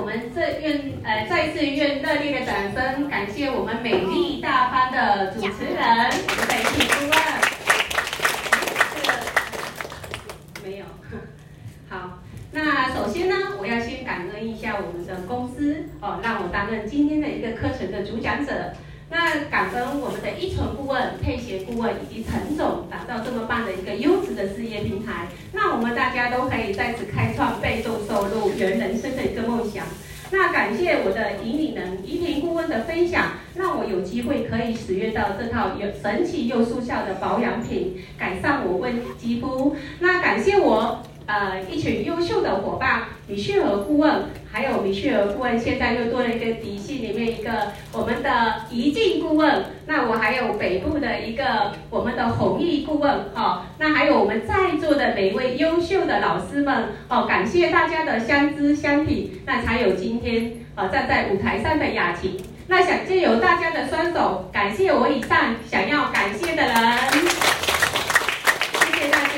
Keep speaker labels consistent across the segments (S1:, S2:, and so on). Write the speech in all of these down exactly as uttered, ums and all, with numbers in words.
S1: 我们这愿呃再次愿热烈的掌声，感谢我们美丽大方的主持人，我们的一体顾问。没有，好，那首先呢，我要先感恩一下我们的公司哦，让我担任今天的一个课程的主讲者。那感恩我们的一纯顾问、佩贤顾问以及陈总打造这么棒的一个优质的事业平台，那我们大家都可以在此开创被动收入、圆人生的一个梦想。那感谢我的引领人怡婷顾问的分享，让我有机会可以使用到这套有神奇又速效的保养品，改善我问肌肤。那感谢我呃一群优秀的伙伴，米雪儿顾问，还有米雪儿顾问现在又多了一个底细里面一个我们的怡静顾问，那我还有北部的一个我们的弘毅顾问，哦，那还有我们在座的每一位优秀的老师们，哦，感谢大家的相知相挺，那才有今天呃站在舞台上的雅琴。那想借由大家的双手，感谢我以上想要感谢的人，谢谢大家。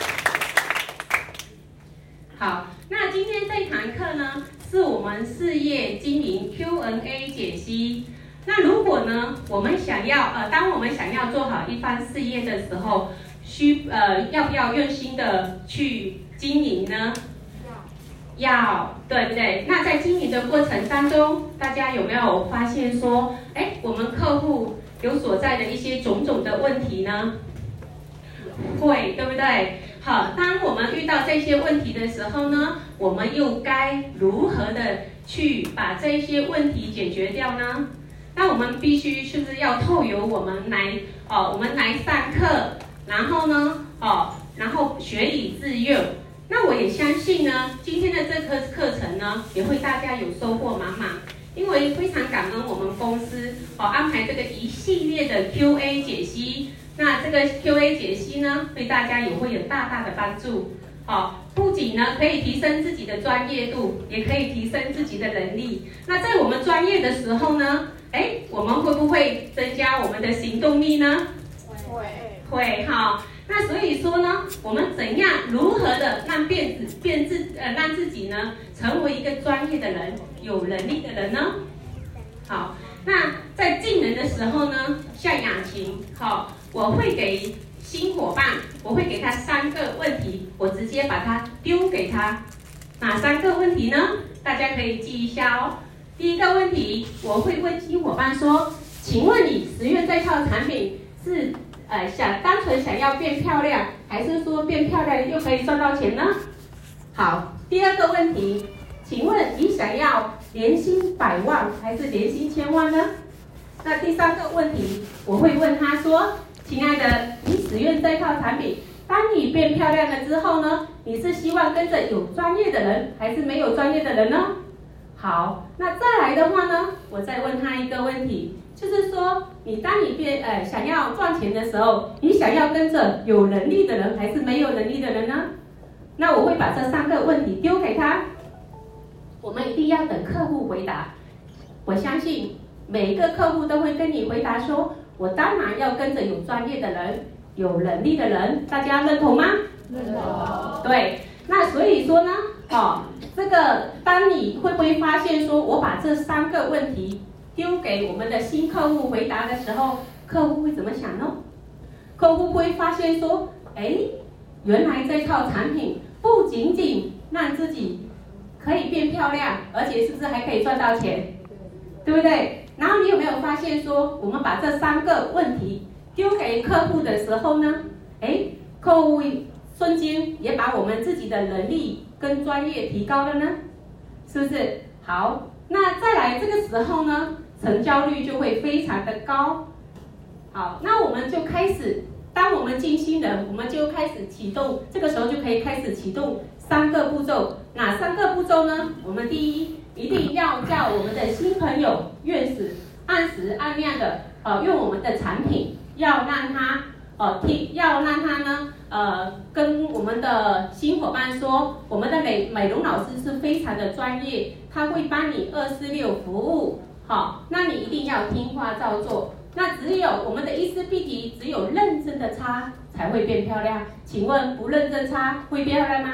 S1: 好，那今天这一堂课呢，是我们事业经营 Q and A 解析。那如果呢，我们想要呃，当我们想要做好一番事业的时候，需呃要不要用心的去经营呢？要，要，对不对？那在经营的过程当中，大家有没有发现说，哎，我们客户有所在的一些种种的问题呢？会，对不对？好，当我们遇到这些问题的时候呢，我们又该如何的去把这些问题解决掉呢？那我们必须是不是要透由我们来哦，我们来上课，然后呢，哦，然后学以致用。那我也相信呢，今天的这课课程呢，也会大家有收获满满。因为非常感恩我们公司哦安排这个一系列的 Q A 解析。那这个 Q A 解析呢，对大家也会有大大的帮助。哦，不仅呢可以提升自己的专业度，也可以提升自己的能力。那在我们专业的时候呢，哎，我们会不会增加我们的行动力呢？会，会哈。那所以说呢，我们怎样如何的让变自变自呃让自己呢成为一个专业的人、有能力的人呢？好，那在进人的时候呢，像雅琴，好。我会给新伙伴，我会给他三个问题，我直接把它丢给他。哪三个问题呢？大家可以记一下哦。第一个问题，我会问新伙伴说：“请问你使用这套产品是呃想单纯想要变漂亮，还是说变漂亮又可以赚到钱呢？”好，第二个问题，请问你想要年薪百万还是年薪千万呢？那第三个问题，我会问他说：“亲爱的，你使用这套产品，当你变漂亮了之后呢，你是希望跟着有专业的人，还是没有专业的人呢？”好，那再来的话呢，我再问他一个问题，就是说，你当你变呃想要赚钱的时候，你想要跟着有能力的人，还是没有能力的人呢？那我会把这三个问题丢给他，我们一定要等客户回答。我相信每一个客户都会跟你回答说，我当然要跟着有专业的人、有能力的人，大家认同吗？认同。对，那所以说呢，哦，这个当你会不会发现说，我把这三个问题丢给我们的新客户回答的时候，客户会怎么想呢？客户会发现说，哎，原来这套产品不仅仅让自己可以变漂亮，而且是不是还可以赚到钱？对不对？然后你有没有发现说，我们把这三个问题丢给客户的时候呢，哎，客户瞬间也把我们自己的能力跟专业提高了呢，是不是？好，那再来这个时候呢，成交率就会非常的高。好，那我们就开始，当我们进新人，我们就开始启动，这个时候就可以开始启动三个步骤。哪三个步骤呢？我们第一，一定要叫我们的新朋友愿使按时按量的呃用我们的产品，要让他呃听，要让他呢呃跟我们的新伙伴说，我们的美美容老师是非常的专业，他会帮你二四六服务，好，那你一定要听话照做。那只有我们的伊丝碧媞，只有认真的擦才会变漂亮。请问不认真擦会漂亮吗？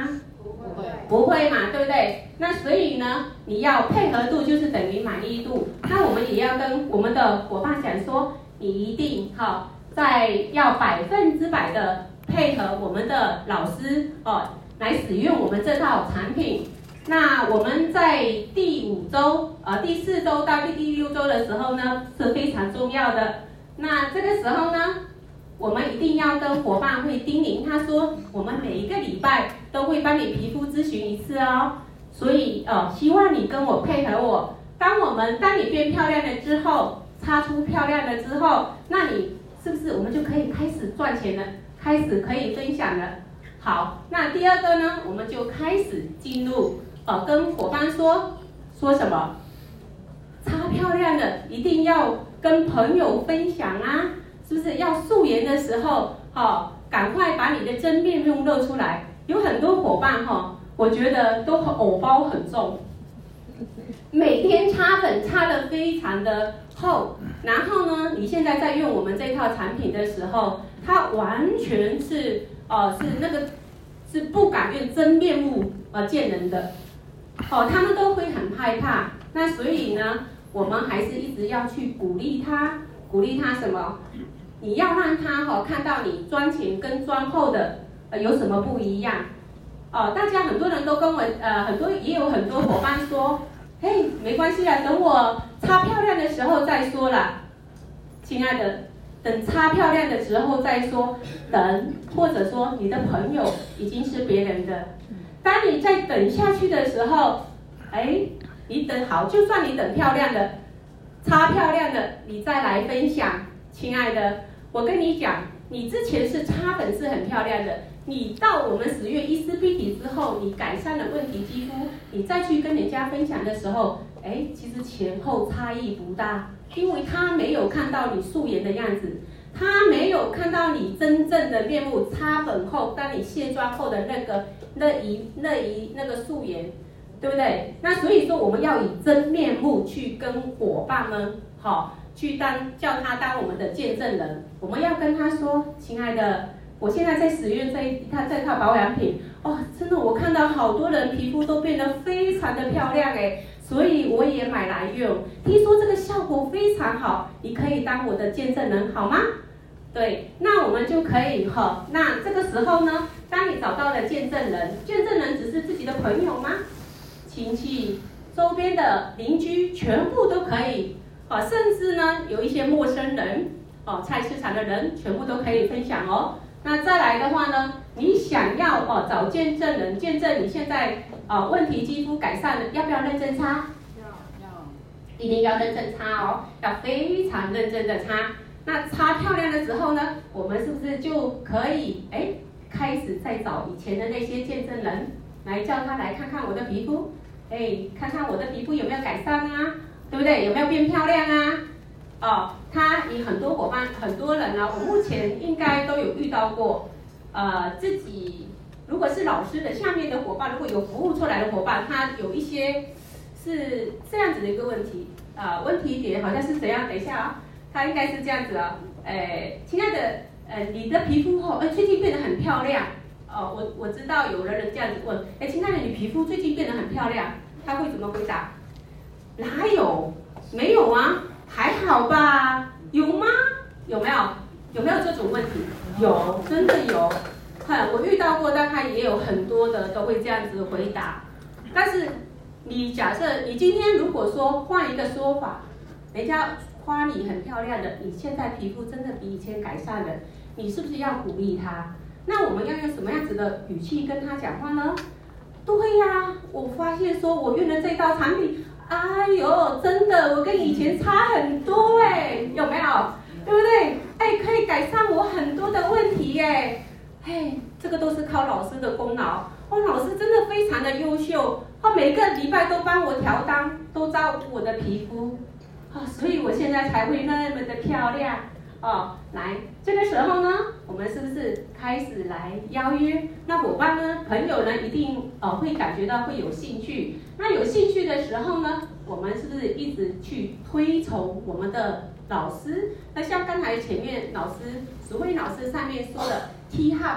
S2: 不会，
S1: 不会嘛，对不对？那所以呢，你要配合度就是等于满意度。那我们也要跟我们的伙伴讲说，你一定哈，在要百分之百的配合我们的老师哦，来使用我们这套产品。那我们在第五周、呃第四周到第六周的时候呢，是非常重要的。那这个时候呢，我们一定要跟伙伴会叮咛他说，我们每一个礼拜都会帮你皮肤咨询一次哦。所以呃，希望你跟我配合我。当我们当你变漂亮了之后，擦出漂亮了之后，那你是不是我们就可以开始赚钱了？开始可以分享了。好，那第二个呢，我们就开始进入。呃，跟伙伴说说什么？擦漂亮的一定要跟朋友分享啊，是不是？要素颜的时候，哦，赶快把你的真面目露出来。有很多伙伴哈、哦，我觉得都偶包很重，每天擦粉擦得非常的厚，然后呢，你现在在用我们这套产品的时候，它完全是呃是那个是不敢用真面目呃见人的。哦，他们都会很害怕，那所以呢，我们还是一直要去鼓励他，鼓励他什么？你要让他哈、哦、看到你妆前跟妆后的呃有什么不一样？哦，大家很多人都跟我呃很多也有很多伙伴说，嘿，没关系啊，等我擦漂亮的时候再说啦，亲爱的，等擦漂亮的时候再说，等或者说你的朋友已经是别人的。当你在等下去的时候，哎，你等好，就算你等漂亮的，擦漂亮的，你再来分享，亲爱的，我跟你讲，你之前是擦粉是很漂亮的，你到我们使用伊丝碧媞之后，你改善了问题肌肤，你再去跟人家分享的时候，哎，其实前后差异不大，因为他没有看到你素颜的样子。他没有看到你真正的面目，擦粉后，当你卸妆后的那个那一那一那个素颜，对不对？那所以说我们要以真面目去跟伙伴们，好、哦，去当叫他当我们的见证人。我们要跟他说，亲爱的，我现在在使用这一套这套保养品，哦，真的我看到好多人皮肤都变得非常的漂亮哎。所以我也买来用，听说这个效果非常好，你可以当我的见证人好吗？对，那我们就可以哈。那这个时候呢，当你找到了见证人，见证人只是自己的朋友吗？亲戚、周边的邻居全部都可以，啊，甚至呢有一些陌生人，哦，菜市场的人全部都可以分享哦。那再来的话呢，你想要哦找见证人见证你现在啊、呃、问题肌肤改善了，要不要认真擦？
S2: 要要，
S1: 一定要认真擦哦，要非常认真的擦。那擦漂亮的时候呢，我们是不是就可以哎开始再找以前的那些见证人来叫他来看看我的皮肤，哎看看我的皮肤有没有改善啊，对不对？有没有变漂亮啊？哦，他以很多伙伴很多人呢，我目前应该都有遇到过，呃自己如果是老师的下面的伙伴，如果有服务出来的伙伴，他有一些是这样子的一个问题，呃问题点好像是怎样？等一下啊。它应该是这样子啊，呃，亲爱的，呃，你的皮肤哦，呃，最近变得很漂亮，哦，我我知道有的人这样子问，哎，亲爱的，你皮肤最近变得很漂亮，他会怎么回答？哪有？没有啊，还好吧？有吗？有没有？有没有这种问题？有，真的有，哼，我遇到过，大概也有很多的都会这样子回答，但是你假设你今天如果说换一个说法，人家夸你很漂亮的，你现在皮肤真的比以前改善了，你是不是要鼓励他？那我们要用什么样子的语气跟他讲话呢？对呀、啊，我发现说我用的这道产品，哎呦，真的我跟以前差很多哎，有没有？对不对？哎，可以改善我很多的问题哎，嘿，这个都是靠老师的功劳。哦，老师真的非常的优秀，他每个礼拜都帮我调单，都照顾我的皮肤。哦，所以我现在才会那么的漂亮哦。来，这个时候呢，我们是不是开始来邀约？那伙伴呢、朋友呢，一定呃会感觉到会有兴趣。那有兴趣的时候呢，我们是不是一直去推崇我们的老师？那像刚才前面老师、淑慧老师上面说的 T Hub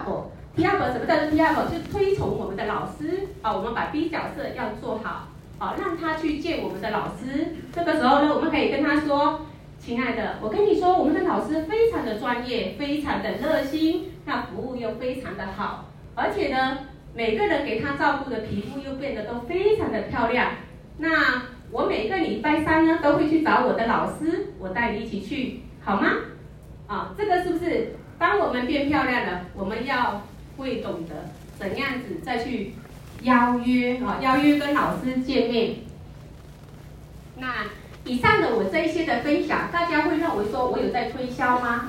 S1: T up 什么叫做 T up？ 就推崇我们的老师啊，我们把 B 角色要做好，啊，让他去见我们的老师。这个时候呢，我们可以跟他说：“亲爱的，我跟你说，我们的老师非常的专业，非常的热心，那服务又非常的好，而且呢，每个人给他照顾的皮肤又变得都非常的漂亮。那我每个礼拜三呢，都会去找我的老师，我带你一起去，好吗？啊，这个是不是？当我们变漂亮了，我们要会懂得怎样子再去邀约啊，邀约跟老师见面。那以上的我这一些的分享，大家会认为说我有在推销吗？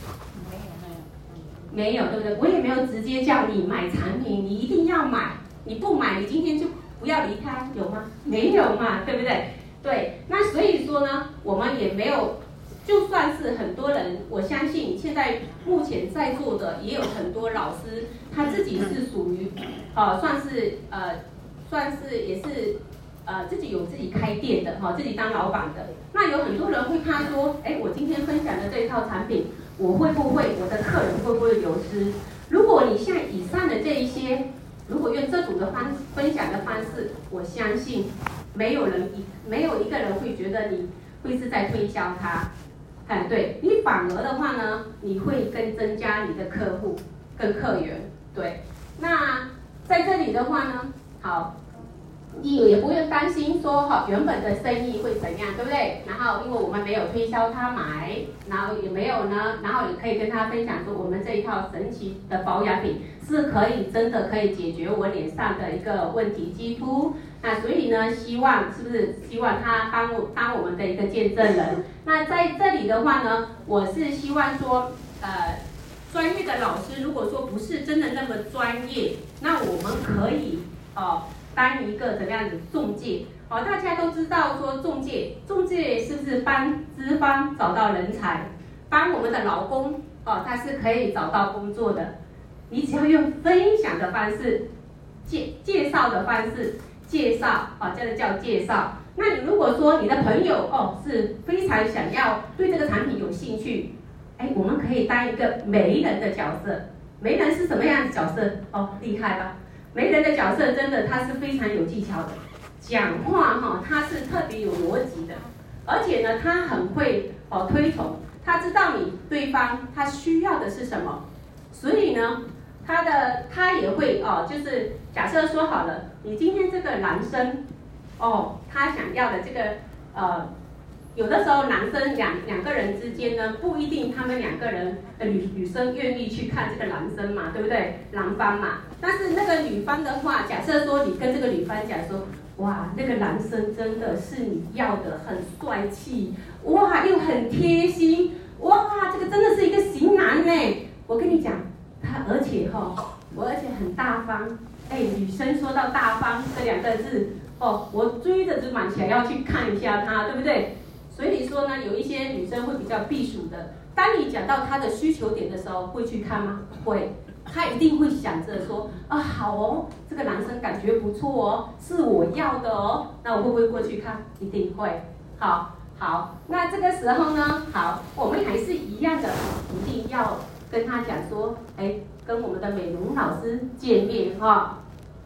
S1: 没有，对不对？我也没有直接叫你买产品，你一定要买，你不买，你今天就不要离开，有吗？没有嘛，对不对？对，那所以说呢，我们也没有。就算是很多人，我相信现在目前在座的也有很多老师，他自己是属于，呃，算是呃，算是也是，呃，自己有自己开店的哈、哦，自己当老板的。那有很多人会怕说，哎，我今天分享的这一套产品，我会不会我的客人会不会流失？如果你像以上的这一些，如果用这种的方分享的方式，我相信没有人一没有一个人会觉得你会是在推销他。哎，对你反而的话呢，你会更增加你的客户跟客源。对，那在这里的话呢，好，你也不用担心说哈原本的生意会怎样，对不对？然后因为我们没有推销他买，然后也没有呢，然后也可以跟他分享说我们这一套神奇的保养品是可以真的可以解决我脸上的一个问题肌肤。那所以呢，希望是不是希望他当我当我们的一个见证人？那在这里的话呢，我是希望说，呃，专业的老师如果说不是真的那么专业，那我们可以哦、呃、当一个怎么样子中介哦，大家都知道说中介，中介是不是帮资方找到人才，帮我们的劳工哦，他是可以找到工作的。你只要用分享的方式，介介绍的方式。介绍啊，这个叫介绍。那你如果说你的朋友哦是非常想要对这个产品有兴趣，哎，我们可以当一个媒人的角色。媒人是什么样的角色？哦，厉害吧？媒人的角色真的他是非常有技巧的，讲话哈、哦、他是特别有逻辑的，而且呢他很会哦推崇，他知道你对方他需要的是什么，所以呢。他的他也会哦，就是假设说好了，你今天这个男生，哦，他想要的这个呃，有的时候男生两两个人之间呢，不一定他们两个人呃女女生愿意去看这个男生嘛，对不对？男方嘛，但是那个女方的话，假设说你跟这个女方讲说，哇，那个男生真的是你要的，很帅气，哇，又很贴心，哇，这个真的是一个型男呢，我跟你讲。他而且哈、哦，我而且很大方，哎，女生说到大方这两个字，哦，我追着就满起来要去看一下他，对不对？所以说呢，有一些女生会比较避暑的。当你讲到她的需求点的时候，会去看吗？会，她一定会想着说，啊，好哦，这个男生感觉不错哦，是我要的哦，那我会不会过去看？一定会。好，好，那这个时候呢，好，我们还是一样的，一定要。跟他讲说，哎，跟我们的美容老师见面哈、哦。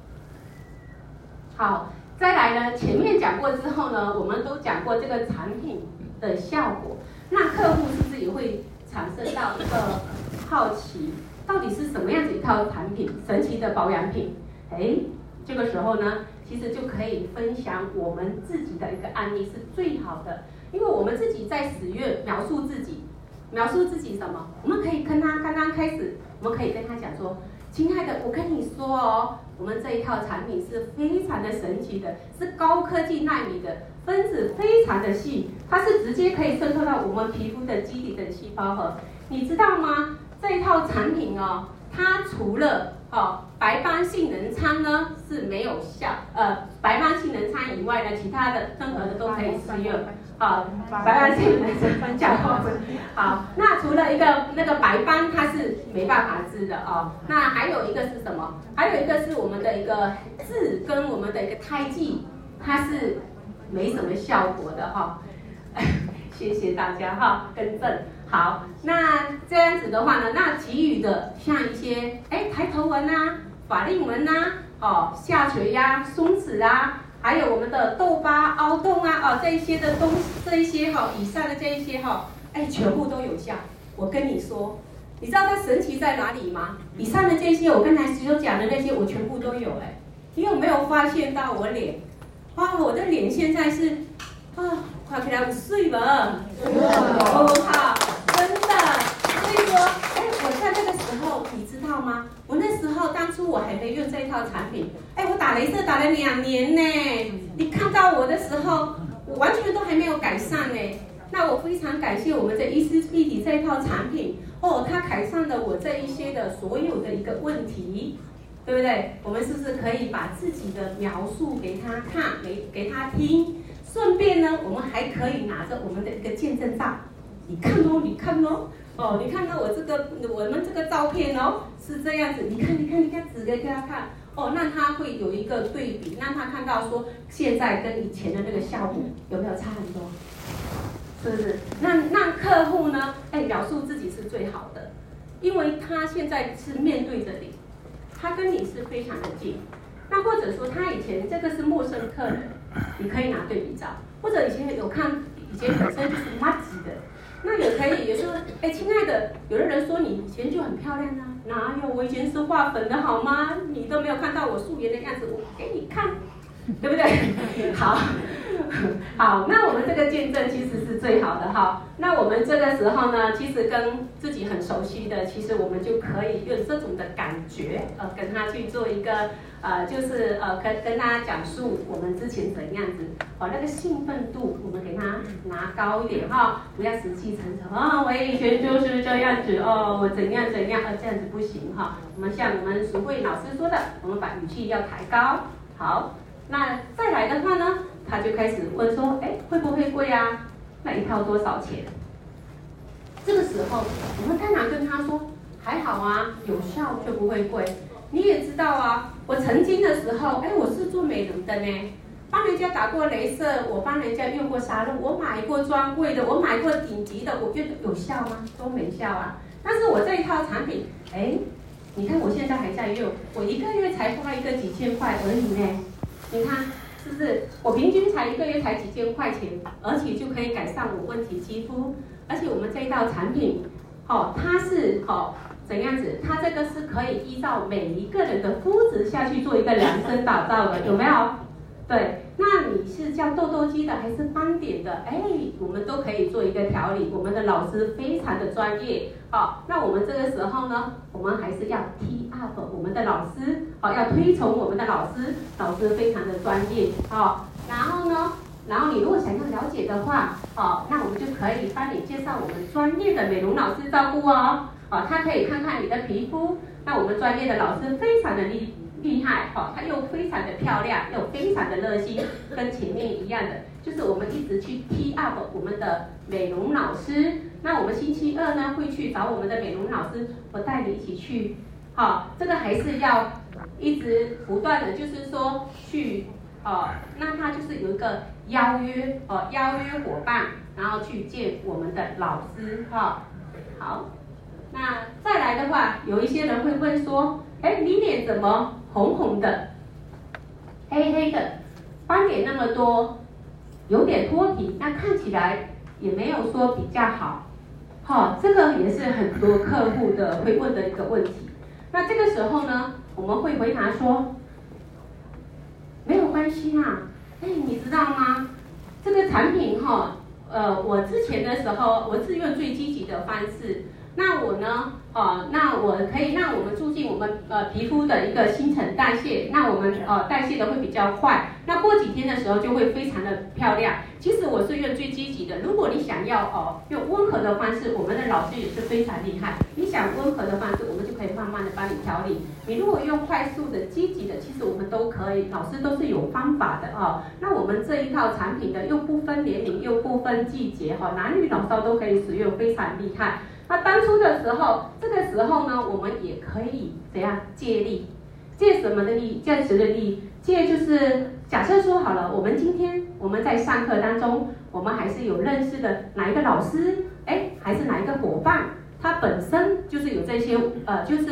S1: 好，再来呢，前面讲过之后呢，我们都讲过这个产品的效果，那客户是不是也会产生到一个好奇，到底是什么样子一套产品，神奇的保养品？哎，这个时候呢，其实就可以分享我们自己的一个案例是最好的，因为我们自己在使用描述自己。描述自己什么？我们可以跟他刚刚开始，我们可以跟他讲说，亲爱的，我跟你说哦，我们这一套产品是非常的神奇的，是高科技纳米的，分子非常的细，它是直接可以渗透到我们皮肤的基底的细胞核。你知道吗？这一套产品哦，它除了哦白斑性能餐呢是没有效，呃白斑性能餐以外呢，其他的任何的都可以使用。好，白斑性能餐讲话。好，那除了一个那个白斑，它是没办法治的哦。那还有一个是什么？还有一个是我们的一个痣跟我们的一个胎记，它是没什么效果的哈、哦。谢谢大家哈，更正。好，那这样子的话呢，那其余的像一些哎抬头纹纹啊、法令纹啊、哦下垂呀、啊、松弛啊，还有我们的痘疤、凹洞啊，哦这一些的东西，这一些哈、哦，以上的这一些哈、哦，哎，全部都有效。我跟你说，你知道它神奇在哪里吗？以上的这些，我刚才所讲的那些，我全部都有哎。你有没有发现到我脸？哇，我的脸现在是啊，看起来五岁了，哦好，真的。所以说，哎，我在那个时候，你知道吗？我那时候当初我还没用这一套产品，哎，我打雷射打了两年呢。你看到我的时候，我完全都还没有改善呢。那我非常感谢我们这伊丝碧媞这一套产品哦，它改善了我这一些的所有的一个问题，对不对？我们是不是可以把自己的描述给他看，给给他听？顺便呢，我们还可以拿着我们的一个见证照，你看哦，你看哦，哦，你看到我这个我们这个照片哦，是这样子，你看，你看，你看，指给他看。哦，那他会有一个对比，让他看到说现在跟以前的那个效果有没有差很多？是不是？那让客户呢，哎，描述自己是最好的，因为他现在是面对着你，他跟你是非常的近。那或者说他以前这个是陌生客人，你可以拿对比照，或者以前有看，以前本身就是麻吉的，那也可以，也说，哎，亲爱的，有的人说你以前就很漂亮啊，哪有？我以前是画粉的好吗？你都没有看到我素颜的样子，我给你看，对不对？好。好，那我们这个见证其实是最好的哈。那我们这个时候呢，其实跟自己很熟悉的，其实我们就可以用这种的感觉，呃，跟他去做一个，呃，就是呃，跟跟大家讲述我们之前怎样子，哦，那个兴奋度我们给他拿高一点哈，不要死气沉沉啊，我以前就是这样子哦，我怎样怎样，呃，这样子不行哈。我们像我们淑慧老师说的，我们把语气要抬高。好，那再来的话呢？他就开始问说，哎，会不会贵啊？那一套多少钱？这个时候，我们当然跟他说，还好啊，有效就不会贵。你也知道啊，我曾经的时候，哎，我是做美容的呢，帮人家打过雷射，我帮人家用过沙漏，我买过专柜的，我买过顶级的，我觉得有效吗？都没效啊。但是我这一套产品，哎，你看我现在还在用，我一个月才花一个几千块而已呢，你看。是不是？我平均才一个月才几千块钱，而且就可以改善我问题肌肤。而且我们这一道产品，哦，它是哦怎样子？它这个是可以依照每一个人的肤质下去做一个量身打造的，有没有？对，那你是叫痘痘肌的还是斑点的？哎，我们都可以做一个调理。我们的老师非常的专业，哦，那我们这个时候呢，我们还是要 T up 我们的老师，哦，要推崇我们的老师，老师非常的专业，哦，然后呢，然后你如果想要了解的话，哦，那我们就可以帮你介绍我们专业的美容老师照顾哦，哦，他可以看看你的皮肤，那我们专业的老师非常的厉厉害，哈，它又非常的漂亮，又非常的热心，跟前面一样的，就是我们一直去 T up 我们的美容老师。那我们星期二呢会去找我们的美容老师，我带你一起去，好，这个还是要一直不断的，就是说去，哦，那他就是有一个邀约，哦，邀约伙伴，然后去见我们的老师，哈，好，那再来的话，有一些人会问说，哎，你脸怎么红红的、黑黑的，斑点那么多，有点脱皮，那看起来也没有说比较好，好，这个也是很多客户的会问的一个问题。那这个时候呢，我们会回答说，没有关系啦，哎，你知道吗？这个产品哈，呃，我之前的时候，我是用最积极的方式。那我呢，哦，那我可以让我们促进我们呃皮肤的一个新陈代谢，那我们呃代谢的会比较快，那过几天的时候就会非常的漂亮。其实我是用最积极的，如果你想要哦用温和的方式，我们的老师也是非常厉害。你想温和的方式，我们就可以慢慢的帮你调理。你如果用快速的、积极的，其实我们都可以，老师都是有方法的哦。那我们这一套产品呢，又不分年龄，又不分季节哈，男女老少都可以使用，非常厉害。那当初的时候，这个时候呢，我们也可以怎样借力？借什么的力？借谁的力？借就是假设说好了，我们今天我们在上课当中，我们还是有认识的哪一个老师，哎，还是哪一个伙伴，他本身就是有这些呃，就是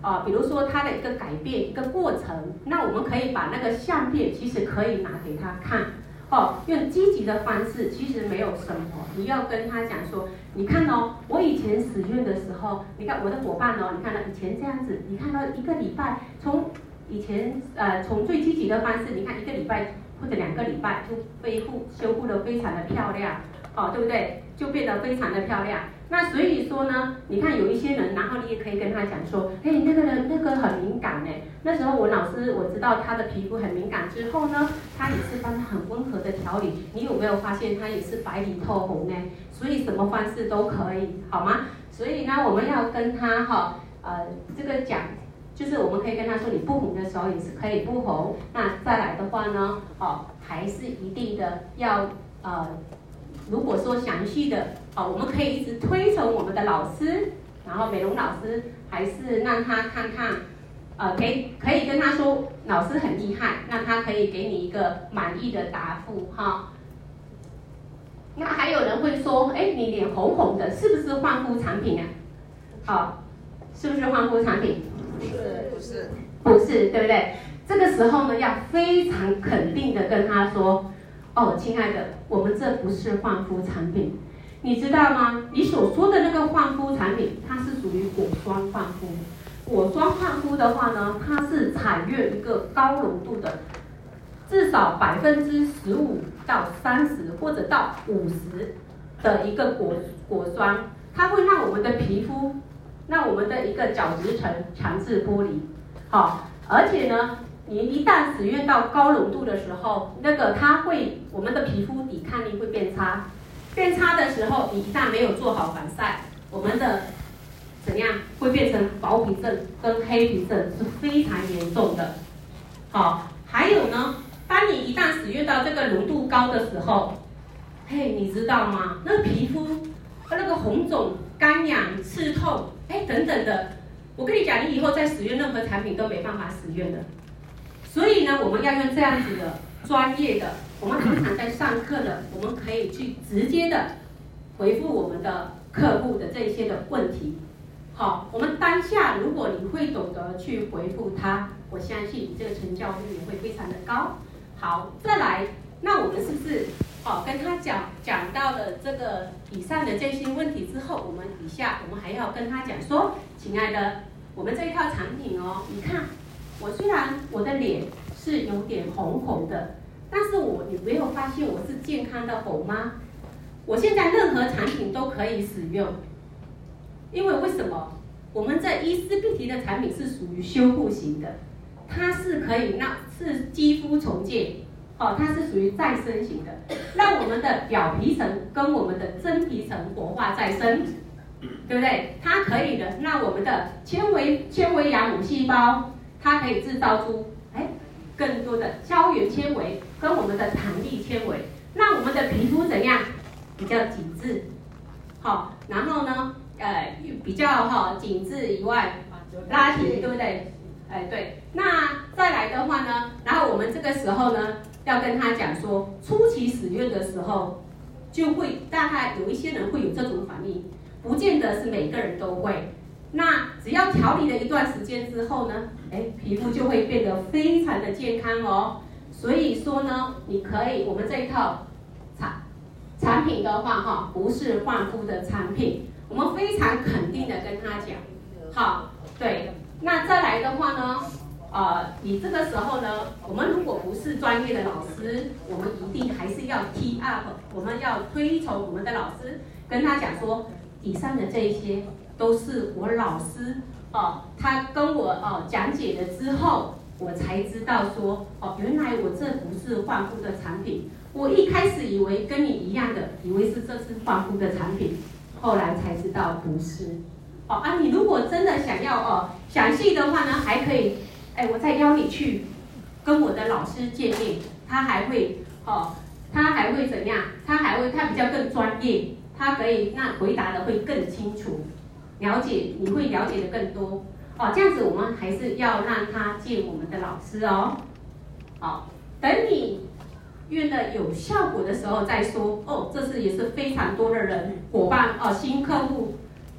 S1: 啊、呃，比如说它的一个改变一个过程，那我们可以把那个相片其实可以拿给他看。哦，用积极的方式，其实没有什么。你要跟他讲说，你看哦，我以前使用的时候，你看我的伙伴哦，你看到以前这样子，你看到一个礼拜，从以前呃从最积极的方式，你看一个礼拜或者两个礼拜就恢复修复的非常的漂亮，哦，对不对？就变得非常的漂亮。那所以说呢，你看有一些人，然后你也可以跟他讲说，哎，那个人那个很敏感呢。那时候我老师我知道他的皮肤很敏感之后呢，他也是帮他很温和的调理。你有没有发现他也是白里透红呢？所以什么方式都可以，好吗？所以呢，我们要跟他哈呃这个讲，就是我们可以跟他说，你不红的时候也是可以不红。那再来的话呢，哦，还是一定的要呃。如果说详细的，哦，我们可以一直推崇我们的老师，然后美容老师，还是让他看看，呃，可以可以跟他说老师很厉害，那他可以给你一个满意的答复哈。那还有人会说，哎，你脸红红的，是不是焕肤产品啊？好、哦，是不是焕肤产品？
S2: 不是，不是，
S1: 不是，对不对？这个时候呢，要非常肯定的跟他说。哦，亲爱的，我们这不是焕肤产品，你知道吗？你所说的那个焕肤产品，它是属于果霜焕肤。果霜焕肤的话呢，它是采用一个高浓度的，至少百分之十五到三十或者到五十的一个果果霜，它会让我们的皮肤，让我们的一个角质层强制剥离。好，而且呢。你一旦使用到高浓度的时候，那个它会，我们的皮肤抵抗力会变差，变差的时候，你一旦没有做好防晒，我们的怎样会变成薄皮症跟黑皮症是非常严重的。好，还有呢，当你一旦使用到这个浓度高的时候，嘿，你知道吗？那个皮肤那个红肿、干痒、刺痛，哎等等的，我跟你讲，你以后再使用任何产品都没办法使用的。所以呢，我们要用这样子的专业的，我们平常在上课的，我们可以去直接的回复我们的客户的这些的问题。好，我们当下如果你会懂得去回复他，我相信你这个成交率也会非常的高。好，再来，那我们是不是哦跟他讲讲到了这个以上的这些问题之后，我们以下我们还要跟他讲说，亲爱的，我们这一套产品哦，你看。我虽然我的脸是有点红红的，但是我你没有发现我是健康的红吗？我现在任何产品都可以使用，因为为什么？我们这伊丝碧缇的产品是属于修复型的，它是可以让是肌肤重建，哦，它是属于再生型的，让我们的表皮层跟我们的真皮层活化再生，对不对？它可以的，让我们的纤维纤维芽母细胞。它可以制造出哎更多的胶原纤维跟我们的弹力纤维，让我们的皮肤怎样比较紧致，好，然后呢呃比较哈紧致以外拉提，对不对？哎对，那再来的话呢，然后我们这个时候呢要跟他讲说，初期使用的时候就会大概有一些人会有这种反应，不见得是每个人都会。那只要调理了一段时间之后呢，哎，皮肤就会变得非常的健康哦。所以说呢，你可以，我们这一套产产品的话，哈，不是焕肤的产品，我们非常肯定的跟他讲，好，对。那再来的话呢，呃，你这个时候呢，我们如果不是专业的老师，我们一定还是要 tee up， 我们要推崇我们的老师，跟他讲说，以上的这一些。都是我老师哦，他跟我哦讲解了之后，我才知道说哦，原来我这不是焕肤的产品。我一开始以为跟你一样的，以为是这是焕肤的产品，后来才知道不是。哦啊，你如果真的想要哦详细的话呢，还可以，哎，我再邀你去跟我的老师见面，他还会哦，他还会怎样？他还会他比较更专业，他可以那回答的会更清楚。了解，你会了解的更多哦。这样子，我们还是要让他见我们的老师哦。好，等你用的有效果的时候再说哦。这是也是非常多的人伙伴哦，新客户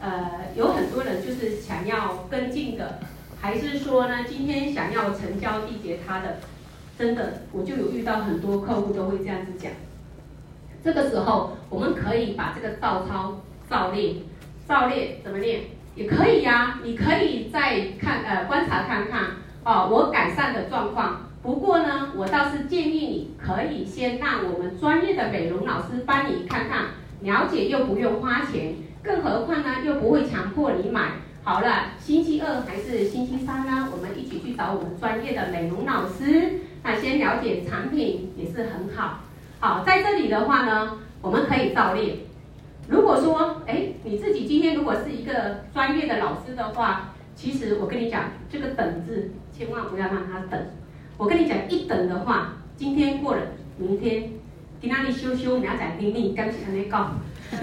S1: 呃，有很多人就是想要跟进的，还是说呢，今天想要成交缔结他的，真的，我就有遇到很多客户都会这样子讲。这个时候，我们可以把这个照抄照练，照练怎么练也可以呀、啊，你可以再看呃观察看看哦，我改善的状况。不过呢，我倒是建议你可以先让我们专业的美容老师帮你看看，了解又不用花钱，更何况呢又不会强迫你买。好了，星期二还是星期三呢，我们一起去找我们专业的美容老师，那先了解产品也是很好。好，在这里的话呢，我们可以照练。如果说，哎，你自己今天如果是一个专业的老师的话，其实我跟你讲，这个等字千万不要让他等。我跟你讲，一等的话，今天过了，明天今仔日修修，明仔载听你，敢是安尼讲？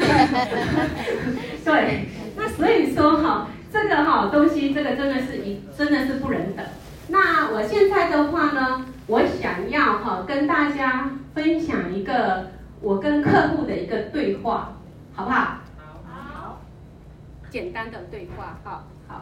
S1: 对，那所以说哈，这个哈东西，这个真的是一真的是不能等。那我现在的话呢，我想要哈跟大家分享一个我跟客户的一个对话，好不好？好。简单的对话，好好。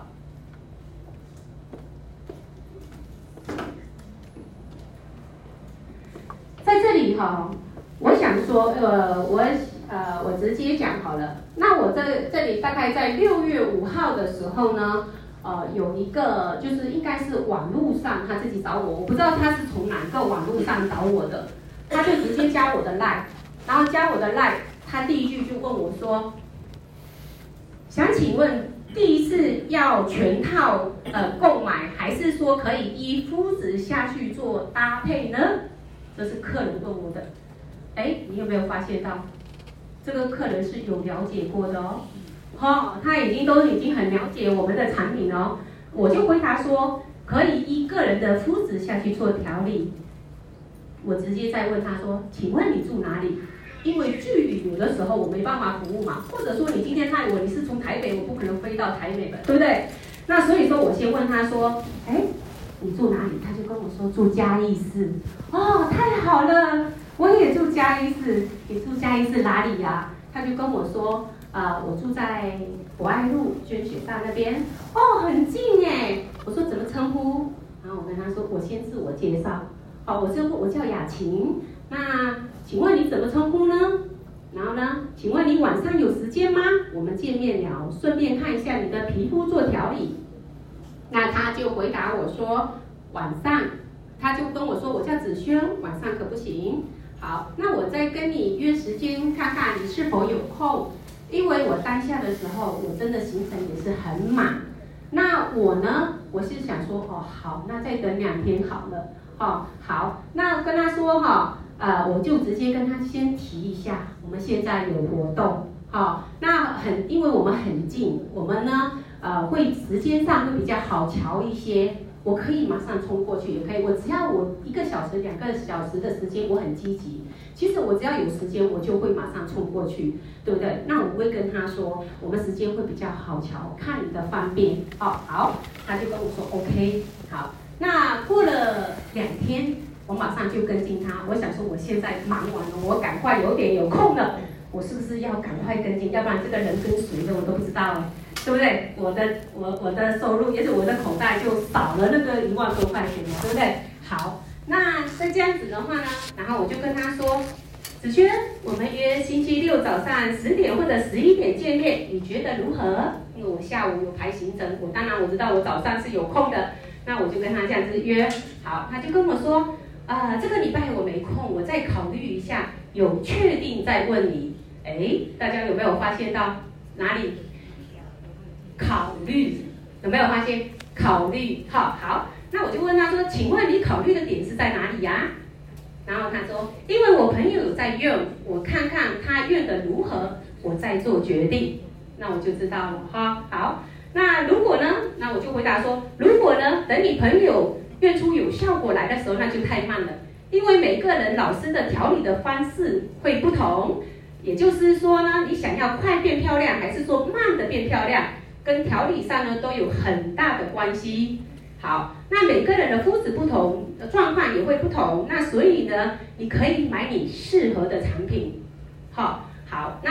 S1: 在这里哈，我想说，呃，我呃，我直接讲好了。那我在这里大概在六月五号的时候呢，呃，有一个就是应该是网络上他自己找我，我不知道他是从哪个网络上找我的，他就直接加我的 line， 然后加我的 line， 他第一句就问我说，想请问第一次要全套呃购买，还是说可以依肤质下去做搭配呢？这是客人问我的，哎，你有没有发现到，这个客人是有了解过的哦，哦，他已经都已经很了解我们的产品哦。我就回答说，可以依个人的肤质下去做调理。我直接再问他说，请问你住哪里？因为距离有的时候我没办法服务嘛，或者说你今天赖我，你是从台北，我不可能飞到台北的，对不对？那所以说我先问他说，哎。你住哪里？他就跟我说住嘉义市。哦，太好了，我也住嘉义市。你住嘉义市哪里呀、啊？他就跟我说，呃，我住在博爱路捐血站那边。哦，很近哎。我说怎么称呼？然后我跟他说，我先自我介绍。哦，我称呼我叫雅琴。那请问你怎么称呼呢？然后呢？请问你晚上有时间吗？我们见面聊，顺便看一下你的皮肤做调理。那他就回答我说，晚上，他就跟我说，我叫子轩，晚上可不行。好，那我再跟你约时间，看看你是否有空。因为我当下的时候，我真的行程也是很满。那我呢，我是想说，哦，好，那再等两天好了。哦，好，那跟他说哈，呃，我就直接跟他先提一下，我们现在有活动。好，那很，因为我们很近，我们呢。呃，会时间上会比较好调一些，我可以马上冲过去，也可以，我只要我一个小时、两个小时的时间，我很积极。其实我只要有时间，我就会马上冲过去，对不对？那我会跟他说，我们时间会比较好调，看你的方便。哦，好，他就跟我说 OK， 好。那过了两天，我马上就跟进他。我想说，我现在忙完了，我赶快有点有空了，我是不是要赶快跟进？要不然这个人跟谁的我都不知道哎。对不对？我的我我的收入，也许我的口袋就少了那个一万多块钱了，对不对？好，那那这样子的话呢，然后我就跟他说，子轩，我们约星期六早上十点或者十一点见面，你觉得如何？因为我下午有排行程，我当然我知道我早上是有空的，那我就跟他这样子约。好，他就跟我说，啊、呃，这个礼拜我没空，我再考虑一下，有确定再问你。哎，大家有没有发现到哪里？考虑有没有发现？考虑，好，好，那我就问他说，请问你考虑的点是在哪里呀、啊？然后他说，因为我朋友有在用，我看看他用的如何，我再做决定。那我就知道了哈。好，那如果呢？那我就回答说，如果呢，等你朋友用出有效果来的时候，那就太慢了，因为每个人老师的调理的方式会不同。也就是说呢，你想要快变漂亮，还是说慢的变漂亮？跟调理上呢都有很大的关系。好，那每个人的肤质不同，状况也会不同，那所以呢，你可以买你适合的产品。好，好，那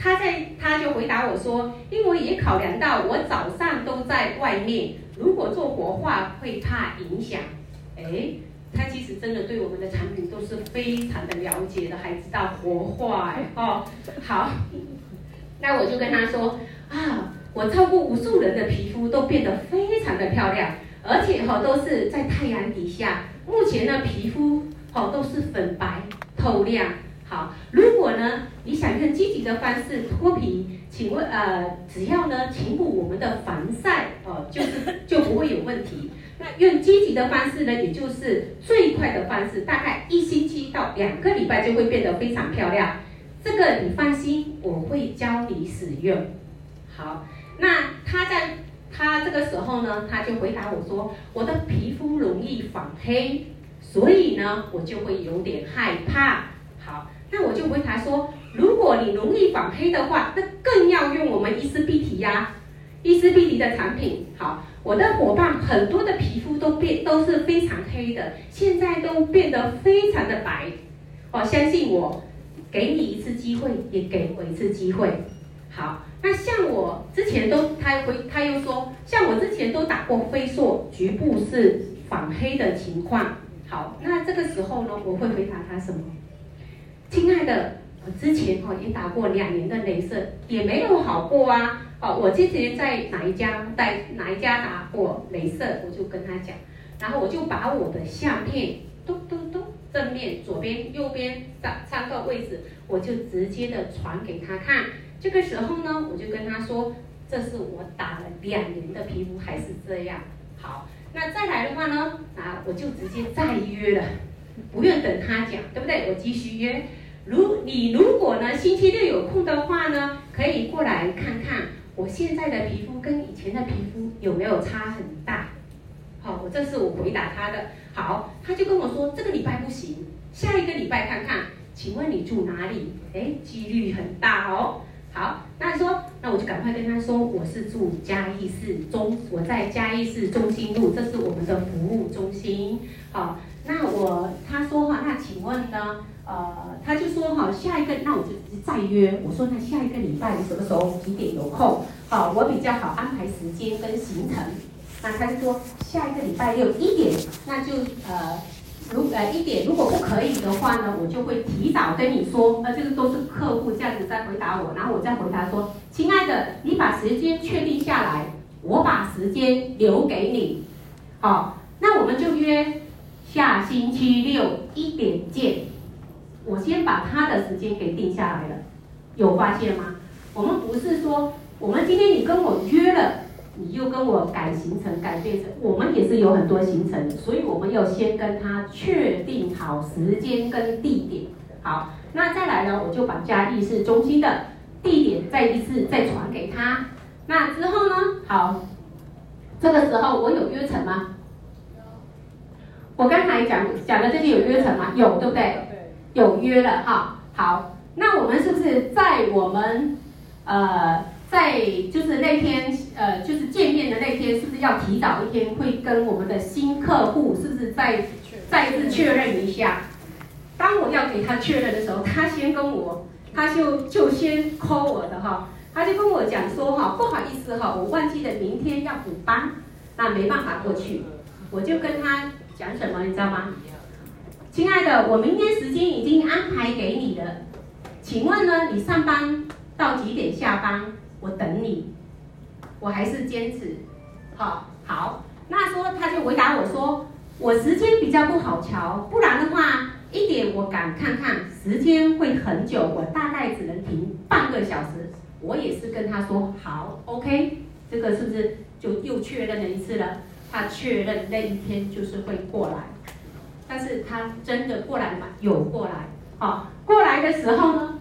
S1: 他在他就回答我说，因为也考量到我早上都在外面，如果做活化会怕影响。哎，他其实真的对我们的产品都是非常的了解的，还知道活化哎哦。好，那我就跟他说啊，我照顾无数人的皮肤都变得非常的漂亮，而且哈、哦、都是在太阳底下，目前呢皮肤哦都是粉白透亮。好，如果呢你想用积极的方式脱皮，请问呃只要呢勤补我们的防晒哦，就是就不会有问题。那用积极的方式呢，也就是最快的方式，大概一星期到两个礼拜就会变得非常漂亮。这个你放心，我会教你使用。好，那他在他这个时候呢，他就回答我说，我的皮肤容易反黑，所以呢我就会有点害怕。好，那我就回答说，如果你容易反黑的话，那更要用我们伊丝碧缇呀，伊丝碧缇的产品。好，我的伙伴很多的皮肤都变都是非常黑的，现在都变得非常的白。哦，相信我，给你一次机会，也给我一次机会。好，那像我之前都，他回他又说，像我之前都打过飞硕，局部是反黑的情况。好，那这个时候呢，我会回答他什么？亲爱的，我之前哦也打过两年的雷射，也没有好过啊。哦，我之前在哪一家在哪一家打过雷射，我就跟他讲，然后我就把我的相片嘟嘟嘟正面、左边、右边三三个位置，我就直接的传给他看。这个时候呢，我就跟他说，这是我打了两年的皮肤还是这样。好，那再来的话呢，啊，我就直接再约了，不用等他讲，对不对？我继续约。如你如果呢星期六有空的话呢，可以过来看看我现在的皮肤跟以前的皮肤有没有差很大。好，我这是我回答他的。好，他就跟我说这个礼拜不行，下一个礼拜看看。请问你住哪里？哎，几率很大哦。好，那说，那我就赶快跟他说，我是住嘉义市中，我在嘉义市中心路，这是我们的服务中心。好，那我他说哈，那请问呢？呃，他就说哈，下一个，那我就再约。我说那下一个礼拜你什么时候几点有空？好，我比较好安排时间跟行程。那他就说下一个礼拜六一点，那就呃，如呃一点，如果不可以的话呢，我就会提早跟你说。呃，这个都是客户这样子在回答我，然后我再回答说，亲爱的，你把时间确定下来，我把时间留给你。好，那我们就约下星期六一点见。我先把他的时间给定下来了，有发现吗？我们不是说，我们今天你跟我约了，你又跟我改行程、改变程，我们也是有很多行程的，所以我们要先跟他确定好时间跟地点。好，那再来呢，我就把嘉义市中心的地点再一次再传给他。那之后呢，好，这个时候我有约成吗？我刚才讲讲的这些有约成吗？有，对不对？有约了哈。好，那我们是不是在我们呃在就是那天呃就是见面的那天，是不是要提早一天会跟我们的新客户是不是再再次确认一下？当我要给他确认的时候，他先跟我，他就就先 call 我的哈，他就跟我讲说哈，不好意思哈，我忘记了明天要补班，那没办法过去。我就跟他讲什么，你知道吗？亲爱的，我明天时间已经安排给你了，请问呢，你上班到几点下班？我等你。我还是坚持。好，好，那说他就回答我说，我时间比较不好瞧，不然的话一点我赶看看，时间会很久，我大概只能停半个小时。我也是跟他说好 ，OK， 这个是不是就又确认了一次了？他确认那一天就是会过来。但是他真的过来吗？有过来。好，过来的时候呢，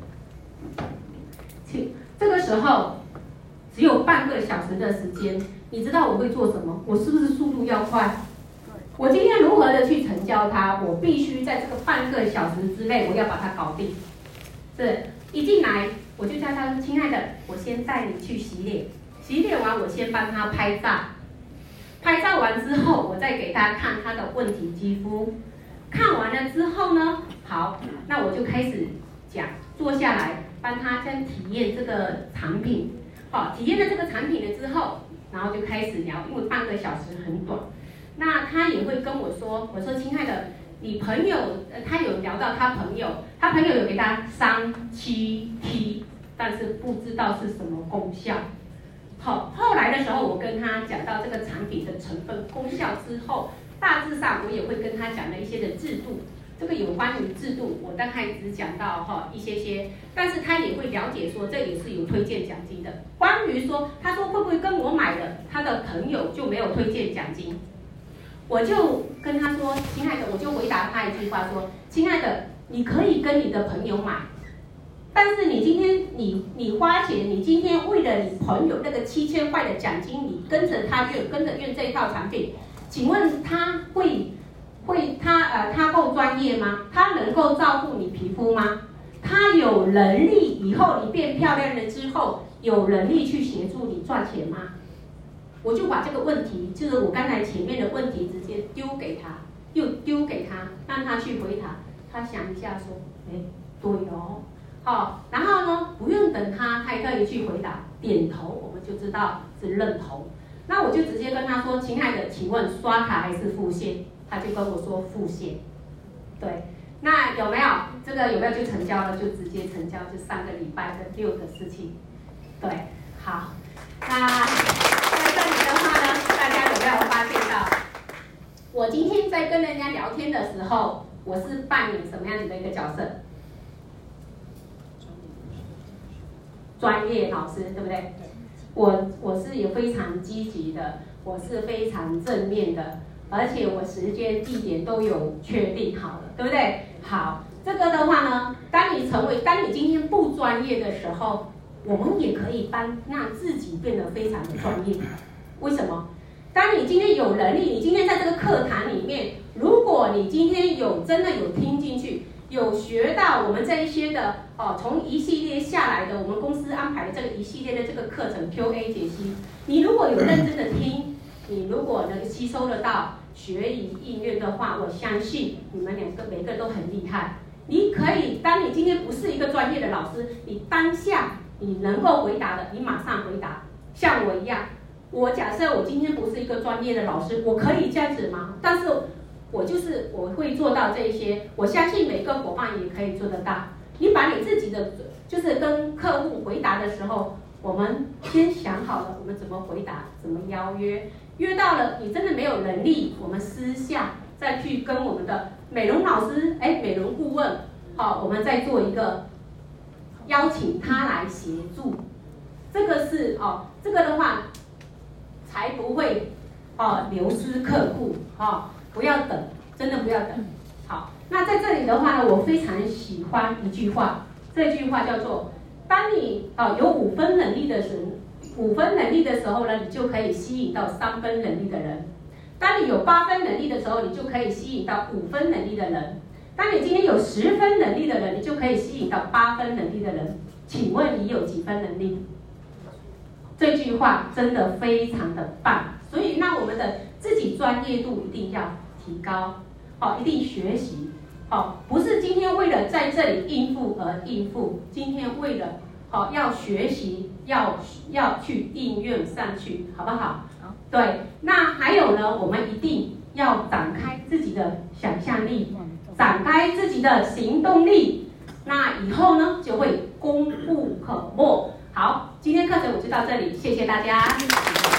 S1: 请这个时候只有半个小时的时间，你知道我会做什么？我是不是速度要快？我今天如何的去成交他？我必须在这个半个小时之内，我要把它搞定。是，一进来我就叫他说：“亲爱的，我先带你去洗脸，洗脸完我先帮他拍照。”拍照完之后，我再给他看他的问题肌肤。看完了之后呢，好，那我就开始讲，坐下来， 帮他先体验这个产品。好，体验了这个产品了之后，然后就开始聊，因为半个小时很短。那他也会跟我说，我说亲爱的，你朋友，呃，他有聊到他朋友，他朋友有给他三七 T， 但是不知道是什么功效。好，后来的时候我跟他讲到这个产品的成分、功效之后，大致上我也会跟他讲了一些的制度。这个有关于制度，我大概只讲到哈一些些，但是他也会了解说这里是有推荐奖金的。关于说，他说会不会跟我买的，他的朋友就没有推荐奖金？我就跟他说，亲爱的，我就回答他一句话说，亲爱的，你可以跟你的朋友买，但是你今天你你花钱，你今天为了你朋友那个七千块的奖金，你跟着他用，跟着用这一套产品，请问他会？会他呃他够专业吗？他能够照顾你皮肤吗？他有能力以后你变漂亮了之后，有能力去协助你赚钱吗？我就把这个问题，就是我刚才前面的问题，直接丢给他，又丢给他，让他去回答。他想一下说，哎，对哦，好，然后呢，不用等他太特意去回答，点头我们就知道是认同。那我就直接跟他说，亲爱的，请问刷卡还是付现？他就跟我说付现，对，那有没有这个有没有就成交了？就直接成交，就上个礼拜的六个事情，对，好，那在这里的话呢，大家有没有发现到，我今天在跟人家聊天的时候，我是扮演什么样子的一个角色？专业老师，对不对？我我是也非常积极的，我是非常正面的。而且我时间、地点都有确定好了，对不对？好，这个的话呢，当你成为，当你今天不专业的时候，我们也可以帮让自己变得非常的专业。为什么？当你今天有能力，你今天在这个课堂里面，如果你今天有真的有听进去，有学到我们这一些的哦，从一系列下来的，我们公司安排的这个一系列的这个课程 Q A 解析，你如果有认真的听，你如果能吸收得到。学以应用的话，我相信你们两个每个都很厉害。你可以，当你今天不是一个专业的老师，你当下你能够回答的，你马上回答。像我一样，我假设我今天不是一个专业的老师，我可以这样子吗？但是我就是我会做到这一些，我相信每个伙伴也可以做得到。你把你自己的，就是跟客户回答的时候，我们先想好了，我们怎么回答，怎么邀约。约到了，你真的没有能力，我们私下再去跟我们的美容老师，哎，美容顾问，好，我们再做一个邀请他来协助。这个是哦，这个的话才不会哦流失客户，哦，不要等，真的不要等。好，那在这里的话呢，我非常喜欢一句话，这句话叫做：当你哦有五分能力的人。五分能力的时候呢，你就可以吸引到三分能力的人；当你有八分能力的时候，你就可以吸引到五分能力的人；当你今天有十分能力的人，你就可以吸引到八分能力的人。请问你有几分能力？这句话真的非常的棒，所以那我们的自己专业度一定要提高，哦，一定学习，哦，不是今天为了在这里应付而应付，今天为了。好，要学习，要要去应用上去，好不好？好。对，那还有呢，我们一定要展开自己的想象力，展开自己的行动力，那以后呢就会功不可没。好，今天课程我就到这里，谢谢大家。